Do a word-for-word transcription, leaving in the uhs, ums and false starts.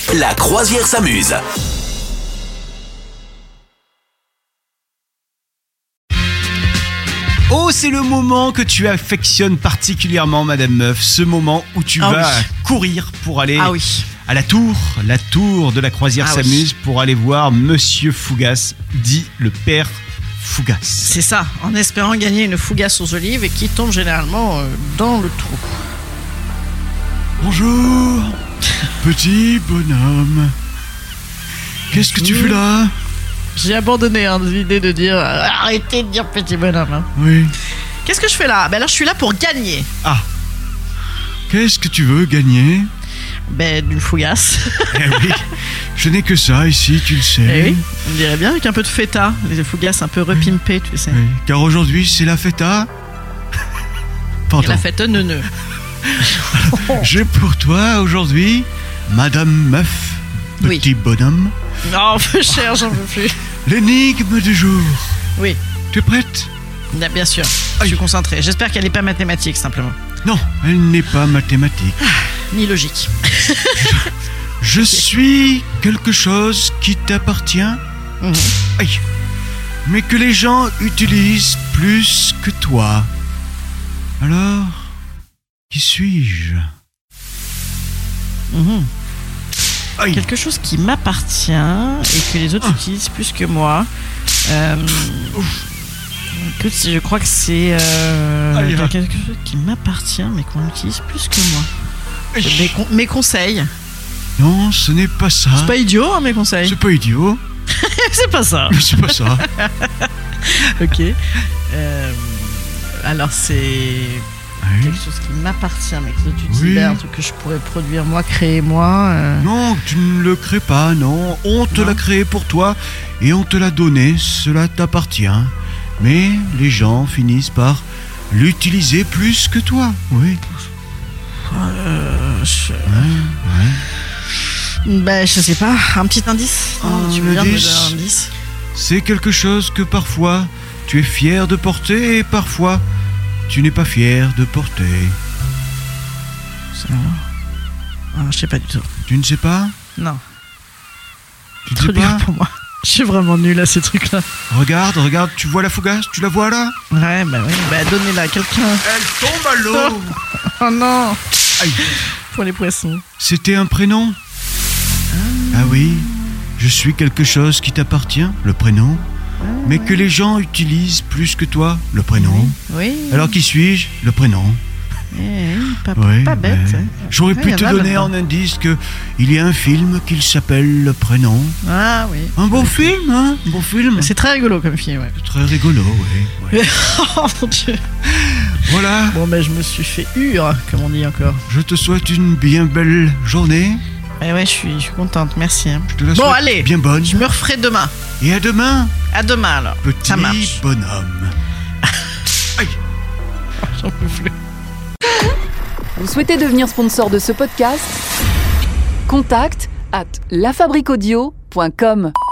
La croisière s'amuse. Oh, c'est le moment que tu affectionnes particulièrement, Madame Meuf. Ce moment où tu ah vas oui. courir pour aller ah oui. à la tour, la tour de la croisière ah s'amuse oui. pour aller voir Monsieur Fougas, dit le père Fougas. C'est ça, en espérant gagner une fougasse aux olives et qui tombe généralement euh, dans le trou. Bonjour, petit bonhomme. Qu'est-ce que tu fais là ? J'ai abandonné hein, l'idée de dire euh, arrêtez de dire petit bonhomme. Hein. Oui. Qu'est-ce que je fais là ? Ben là, je suis là pour gagner. Ah. Qu'est-ce que tu veux gagner ? Ben d'une fougasse. Eh oui. Je n'ai que ça ici, tu le sais. Eh oui. On dirait bien avec un peu de feta, les fougasses un peu repimpées, tu sais. Oui. Car aujourd'hui c'est la feta. Et la fête neuneu. J'ai pour toi aujourd'hui Madame Meuf, petit oui. bonhomme. Non, peu cher, j'en veux plus. L'énigme du jour. Oui. Tu es prête ? Bien, bien sûr, je suis concentrée. J'espère qu'elle n'est pas mathématique, simplement. Non, elle n'est pas mathématique. Ah, ni logique. Je suis quelque chose qui t'appartient. Mmh. Aïe. Mais que les gens utilisent plus que toi. Alors, qui suis-je ? Mmh. Aïe. Quelque chose qui m'appartient et que les autres ah. utilisent plus que moi. Euh, écoute, je crois que c'est euh, quelque chose qui m'appartient mais qu'on utilise plus que moi. Mes, con- mes conseils. Non, ce n'est pas ça. C'est pas idiot, hein, mes conseils. C'est pas idiot. C'est pas ça. C'est pas ça. Ok. Euh, alors c'est oui. quelque chose qui m'appartient, mais que tu dis, oui. ben, un truc que je pourrais produire moi, créer moi. Euh... Non, tu ne le crées pas, non. On te non. l'a créé pour toi et on te l'a donné. Cela t'appartient. Mais les gens finissent par l'utiliser plus que toi. Oui. Euh, je... Ouais, ouais. Ben, je sais pas. Un petit indice. Oh, tu veux bien me donner un indice ? C'est quelque chose que parfois tu es fier de porter et parfois tu n'es pas fier de porter. Ça... Ah, je sais pas du tout. Tu ne sais pas ? Non. Tu ne Trop sais dur pas ? pour moi. Je suis vraiment nulle à ces trucs-là. Regarde, regarde, tu vois la fougasse ? Tu la vois là ? Ouais, bah oui. Bah donnez-la à quelqu'un. Elle tombe à l'eau. Oh non. Aïe. Pour les poissons. C'était un prénom ? Ah. ah oui, je suis quelque chose qui t'appartient, le prénom, ah, mais ouais. que les gens utilisent plus que toi, le prénom. Oui. oui. Alors qui suis-je ? Le prénom. Eh, pas, oui, pas bête. Ouais. J'aurais ouais, pu te donner en indice que il y a un film qui s'appelle Le Prénom. Ah oui. Un beau film, hein ? Un beau film. C'est très rigolo comme film, ouais. C'est très rigolo, oui. Ouais. Oh mon Dieu. Voilà. Bon ben je me suis fait hur, comme on dit encore. Je te souhaite une bien belle journée. Eh ouais, je suis, je suis contente, merci. Je te la bon allez, bien bonne. Je me referai demain. Et à demain. À demain alors. Petit ça marche. bonhomme. Aïe. J'en peux plus. Vous souhaitez devenir sponsor de ce podcast ? Contact at lafabriquaudio point com.